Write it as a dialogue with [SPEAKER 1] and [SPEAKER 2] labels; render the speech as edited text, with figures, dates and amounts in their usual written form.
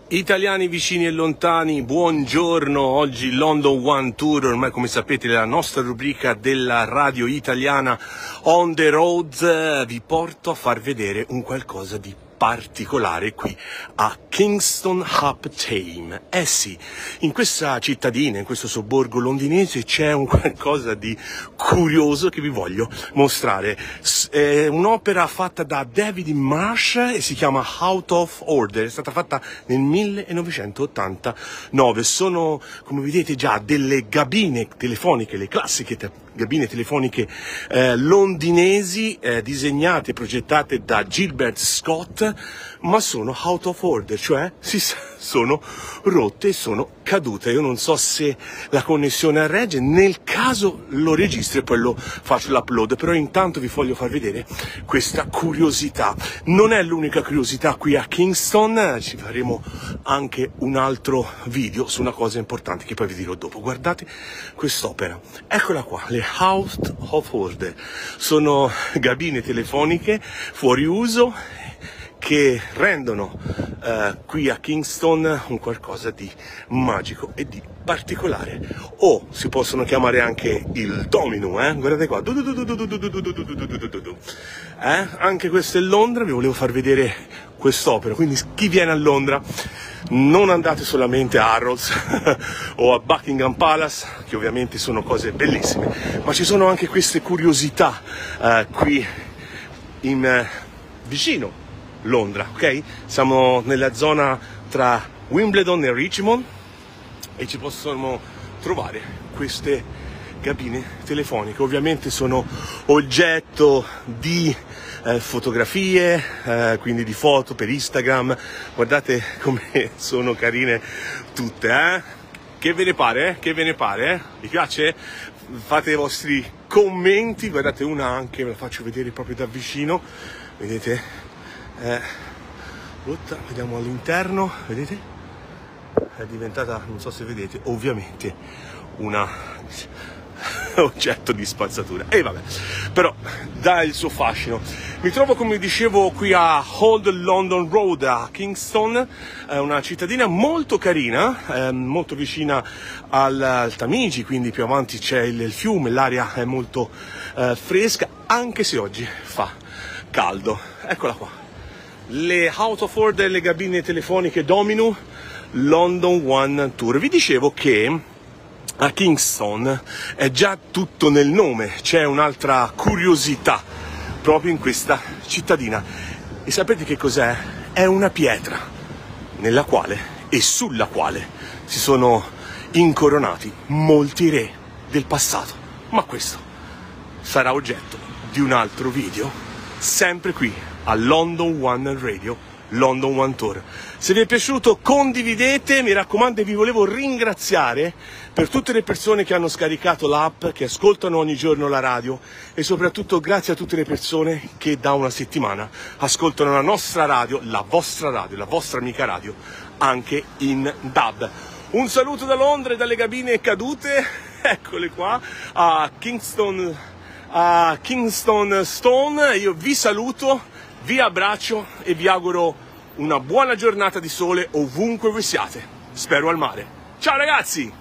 [SPEAKER 1] Italiani vicini e lontani, buongiorno. Oggi London One Tour, ormai come sapete la nostra rubrica della radio italiana On the Road. Vi porto a far vedere un qualcosa di particolare qui a Kingston Upon Thames. Sì, in questa cittadina, in questo sobborgo londinese c'è un qualcosa di curioso che vi voglio mostrare. È un'opera fatta da David Marsh e si chiama Out of Order. È stata fatta nel 1989. Sono, come vedete già, delle cabine telefoniche, le classiche cabine telefoniche londinesi, disegnate e progettate da Gilbert Scott, ma sono out of order, cioè sono rotte e sono cadute. Io non so se la connessione regge, nel caso lo registro e poi lo faccio l'upload, però intanto vi voglio far vedere questa curiosità. Non è l'unica curiosità qui a Kingston, ci faremo anche un altro video su una cosa importante che poi vi dirò dopo. Guardate quest'opera, eccola qua, le Out of Order. Sono cabine telefoniche fuori uso che rendono qui a Kingston un qualcosa di magico e di particolare. O si possono chiamare anche il domino, guardate qua, anche questo è Londra. Vi volevo far vedere quest'opera, quindi chi viene a Londra non andate solamente a Harrods o a Buckingham Palace, che ovviamente sono cose bellissime, ma ci sono anche queste curiosità qui vicino Londra, ok? Siamo nella zona tra Wimbledon e Richmond e ci possono trovare queste cabine telefoniche. Ovviamente sono oggetto di fotografie, quindi di foto per Instagram. Guardate come sono carine tutte, Che ve ne pare? Che ve ne pare? Vi piace? Fate i vostri commenti. Guardate una anche, ve la faccio vedere proprio da vicino, vedete? Vediamo all'interno, vedete? È diventata, non so se vedete, ovviamente una oggetto di spazzatura, e vabbè, però dà il suo fascino. Mi trovo, come dicevo, qui a Old London Road a Kingston, una cittadina molto carina, molto vicina al Tamigi, quindi più avanti c'è il fiume, l'aria è molto fresca, anche se oggi fa caldo. Eccola qua, le Out of Order, le cabine telefoniche Domino London One Tour. Vi dicevo che a Kingston è già tutto nel nome, c'è un'altra curiosità proprio in questa cittadina. E sapete che cos'è? È una pietra nella quale e sulla quale si sono incoronati molti re del passato. Ma questo sarà oggetto di un altro video, sempre qui a London One Radio, London One Tour. Se vi è piaciuto condividete, mi raccomando, e vi volevo ringraziare per tutte le persone che hanno scaricato l'app, che ascoltano ogni giorno la radio, e soprattutto grazie a tutte le persone che da una settimana ascoltano la nostra radio, la vostra amica radio, anche in DAB. Un saluto da Londra e dalle cabine cadute, eccole qua, a Kingston Stone. Io vi saluto, vi abbraccio e vi auguro una buona giornata di sole ovunque voi siate. Spero al mare. Ciao ragazzi!